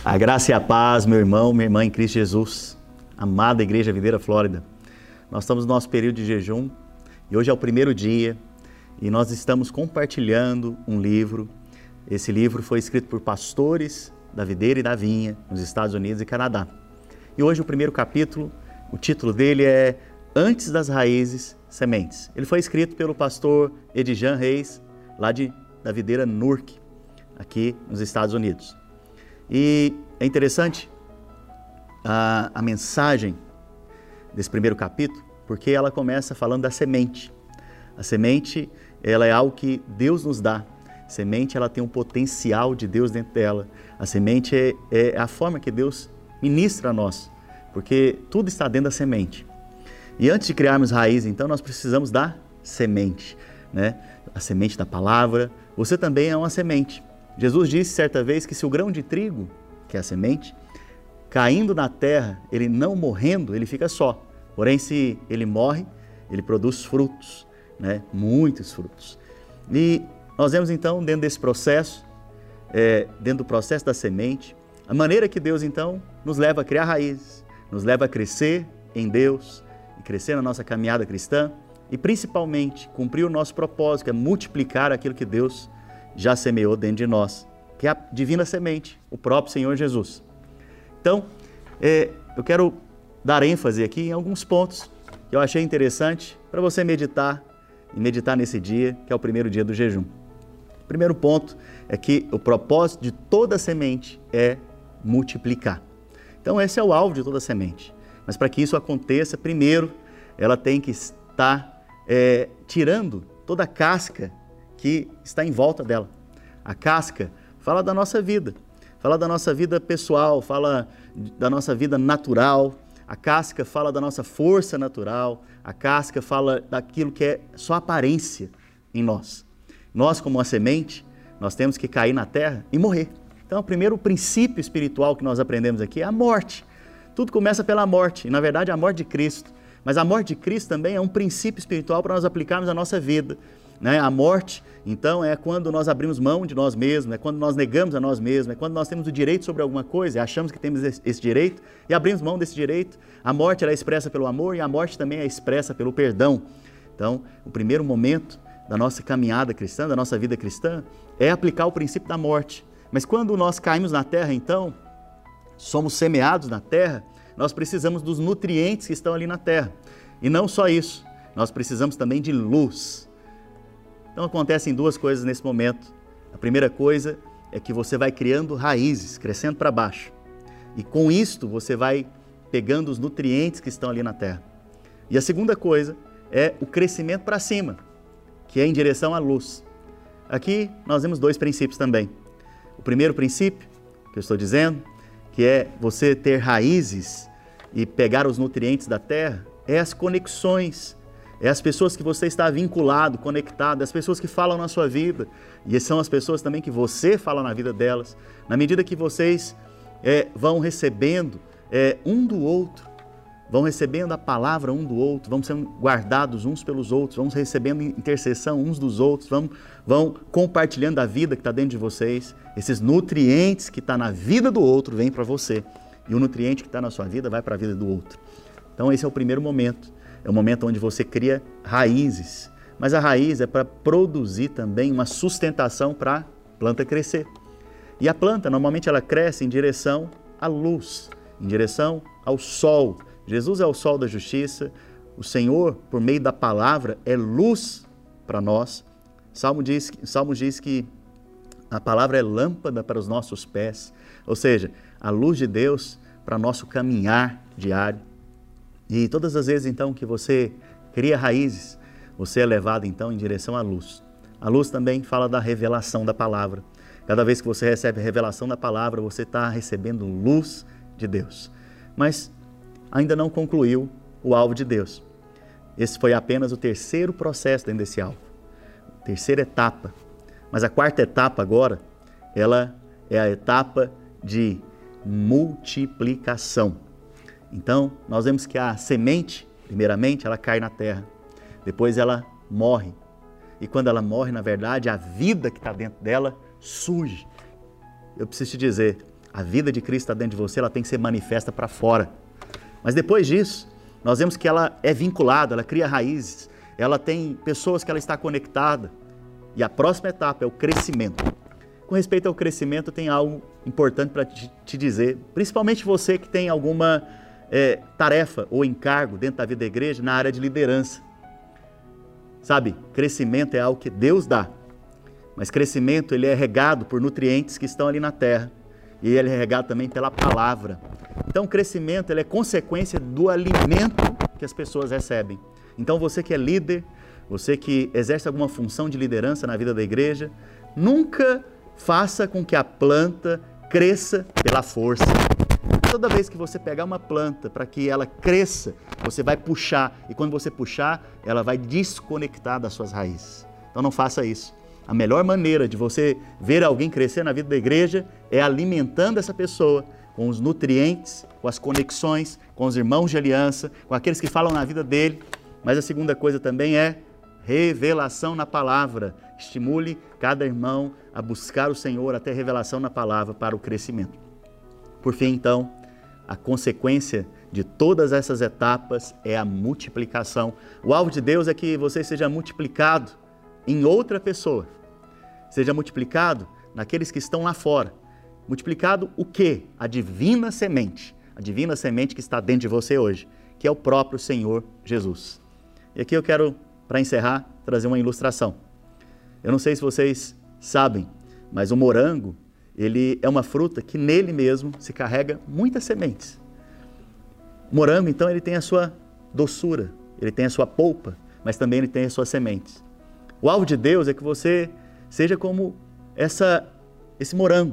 A graça e a paz, meu irmão, minha irmã em Cristo Jesus, amada Igreja Videira Flórida. Nós estamos no nosso período de jejum e hoje é o primeiro dia e nós estamos compartilhando um livro. Esse livro foi escrito por pastores da videira e da vinha nos Estados Unidos e Canadá. E hoje o primeiro capítulo, o título dele é Antes das Raízes, Sementes. Ele foi escrito pelo pastor Edijan Reis, lá da videira Nurk, aqui nos Estados Unidos. E é interessante a mensagem desse primeiro capítulo, porque ela começa falando da semente. A semente, ela é algo que Deus nos dá. A semente, ela tem um potencial de Deus dentro dela. A semente é a forma que Deus ministra a nós, porque tudo está dentro da semente. E antes de criarmos raiz, então, nós precisamos da semente, né? A semente da palavra. Você também é uma semente. Jesus disse certa vez que se o grão de trigo, que é a semente, caindo na terra, ele não morrendo, ele fica só. Porém, se ele morre, ele produz frutos, né? Muitos frutos. E nós vemos então, dentro desse processo, dentro do processo da semente, a maneira que Deus então nos leva a criar raízes, nos leva a crescer em Deus, e crescer na nossa caminhada cristã e principalmente cumprir o nosso propósito, que é multiplicar aquilo que Deus já semeou dentro de nós, que é a divina semente, o próprio Senhor Jesus. Então, eu quero dar ênfase aqui em alguns pontos que eu achei interessante para você meditar e meditar nesse dia, que é o primeiro dia do jejum. O primeiro ponto é que o propósito de toda semente é multiplicar. Então, esse é o alvo de toda semente. Mas para que isso aconteça, primeiro, ela tem que estar tirando toda a casca que está em volta dela. A casca fala da nossa vida pessoal, fala da nossa vida natural, a casca fala da nossa força natural, a casca fala daquilo que é só aparência em nós. Nós, como uma semente, nós temos que cair na terra e morrer. Então, o primeiro princípio espiritual que nós aprendemos aqui é a morte. Tudo começa pela morte, e na verdade a morte de Cristo. Mas a morte de Cristo também é um princípio espiritual para nós aplicarmos na nossa vida, né? A morte, então, é quando nós abrimos mão de nós mesmos, é quando nós negamos a nós mesmos, é quando nós temos o direito sobre alguma coisa e achamos que temos esse direito e abrimos mão desse direito. A morte ela é expressa pelo amor e a morte também é expressa pelo perdão. Então, o primeiro momento da nossa caminhada cristã, da nossa vida cristã, é aplicar o princípio da morte. Mas quando nós caímos na terra, então, somos semeados na terra, nós precisamos dos nutrientes que estão ali na terra. E não só isso, nós precisamos também de luz. Então acontecem duas coisas nesse momento. A primeira coisa é que você vai criando raízes, crescendo para baixo. E com isto você vai pegando os nutrientes que estão ali na terra. E a segunda coisa é o crescimento para cima, que é em direção à luz. Aqui nós vemos dois princípios também. O primeiro princípio, que eu estou dizendo, que é você ter raízes e pegar os nutrientes da terra, é as conexões, é as pessoas que você está vinculado, conectado, as pessoas que falam na sua vida, e são as pessoas também que você fala na vida delas. Na medida que vocês vão recebendo um do outro, vão recebendo a palavra um do outro, vão sendo guardados uns pelos outros, vão recebendo intercessão uns dos outros, vão compartilhando a vida que está dentro de vocês. Esses nutrientes que estão na vida do outro vêm para você, e o nutriente que está na sua vida vai para a vida do outro. Então esse é o primeiro momento, é o momento onde você cria raízes, mas a raiz é para produzir também uma sustentação para a planta crescer. E a planta normalmente ela cresce em direção à luz, em direção ao sol. Jesus é o sol da justiça, o Senhor, por meio da palavra, é luz para nós. Salmos diz que a palavra é lâmpada para os nossos pés, ou seja, a luz de Deus para nosso caminhar diário. E todas as vezes então que você cria raízes, você é levado então em direção à luz. A luz também fala da revelação da palavra. Cada vez que você recebe a revelação da palavra, você está recebendo luz de Deus. Mas ainda não concluiu o alvo de Deus. Esse foi apenas o terceiro processo dentro desse alvo, terceira etapa. Mas a quarta etapa agora, ela é a etapa de multiplicação. Então, nós vemos que a semente, primeiramente, ela cai na terra, depois ela morre. E quando ela morre, na verdade, a vida que está dentro dela surge. Eu preciso te dizer, A vida de Cristo está dentro de você, ela tem que ser manifesta para fora. Mas depois disso, nós vemos que ela é vinculada, ela cria raízes, ela tem pessoas que ela está conectada. E a próxima etapa é o crescimento. Com respeito ao crescimento, tem algo importante para te dizer, principalmente você que tem alguma tarefa ou encargo dentro da vida da igreja na área de liderança. Sabe, crescimento é algo que Deus dá, mas crescimento ele é regado por nutrientes que estão ali na terra e ele é regado também pela palavra. Então, o crescimento ele é consequência do alimento que as pessoas recebem. Então, você que é líder, você que exerce alguma função de liderança na vida da igreja, nunca faça com que a planta cresça pela força. Toda vez que você pegar uma planta para que ela cresça, você vai puxar, e quando você puxar, ela vai desconectar das suas raízes. Então não faça isso. A melhor maneira de você ver alguém crescer na vida da igreja é alimentando essa pessoa com os nutrientes, com as conexões, com os irmãos de aliança, com aqueles que falam na vida dele. Mas a segunda coisa também é revelação na palavra. Estimule cada irmão a buscar o Senhor até revelação na palavra para o crescimento. Por fim, então, a consequência de todas essas etapas é a multiplicação. O alvo de Deus é que você seja multiplicado em outra pessoa. Seja multiplicado naqueles que estão lá fora. Multiplicado o quê? A divina semente. A divina semente que está dentro de você hoje, que é o próprio Senhor Jesus. E aqui eu quero, para encerrar, trazer uma ilustração. Eu não sei se vocês sabem, mas o morango, ele é uma fruta que nele mesmo se carrega muitas sementes. O morango, então, ele tem a sua doçura, ele tem a sua polpa, mas também ele tem as suas sementes. O alvo de Deus é que você seja como esse morango,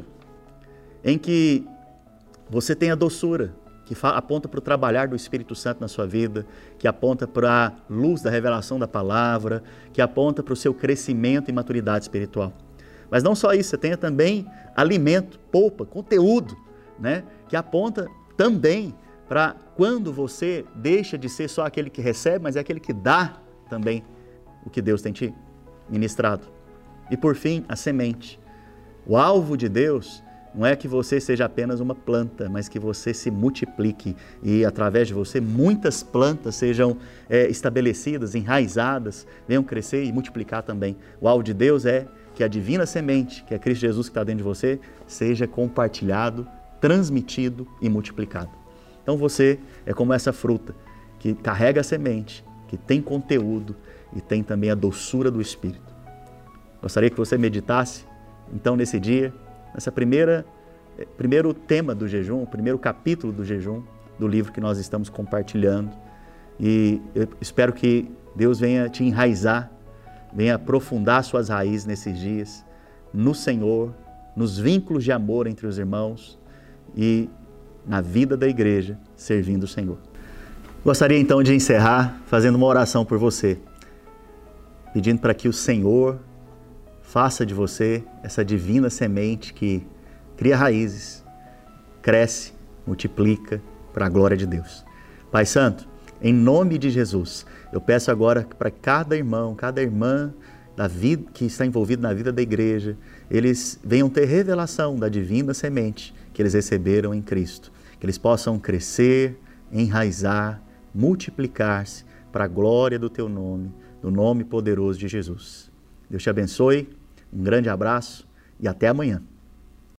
em que você tem a doçura, que aponta para o trabalhar do Espírito Santo na sua vida, que aponta para a luz da revelação da palavra, que aponta para o seu crescimento e maturidade espiritual. Mas não só isso, você tenha também alimento, polpa, conteúdo, né? Que aponta também para quando você deixa de ser só aquele que recebe, mas é aquele que dá também o que Deus tem te ministrado. E por fim, a semente. O alvo de Deus não é que você seja apenas uma planta, mas que você se multiplique e através de você muitas plantas sejam estabelecidas, enraizadas, venham crescer e multiplicar também. O alvo de Deus é que a divina semente, que é Cristo Jesus que está dentro de você, seja compartilhado, transmitido e multiplicado. Então você é como essa fruta que carrega a semente, que tem conteúdo e tem também a doçura do Espírito. Gostaria que você meditasse, então, nesse dia, nessa primeiro tema do jejum, o primeiro capítulo do jejum, do livro que nós estamos compartilhando. E eu espero que Deus venha te enraizar, venha aprofundar suas raízes nesses dias, no Senhor, nos vínculos de amor entre os irmãos e na vida da igreja, servindo o Senhor. Gostaria então de encerrar fazendo uma oração por você, pedindo para que o Senhor faça de você essa divina semente que cria raízes, cresce, multiplica para a glória de Deus. Pai Santo, em nome de Jesus, eu peço agora para cada irmão, cada irmã da vida, que está envolvido na vida da igreja, eles venham ter revelação da divina semente que eles receberam em Cristo. Que eles possam crescer, enraizar, multiplicar-se para a glória do Teu nome, no nome poderoso de Jesus. Deus te abençoe, um grande abraço e até amanhã.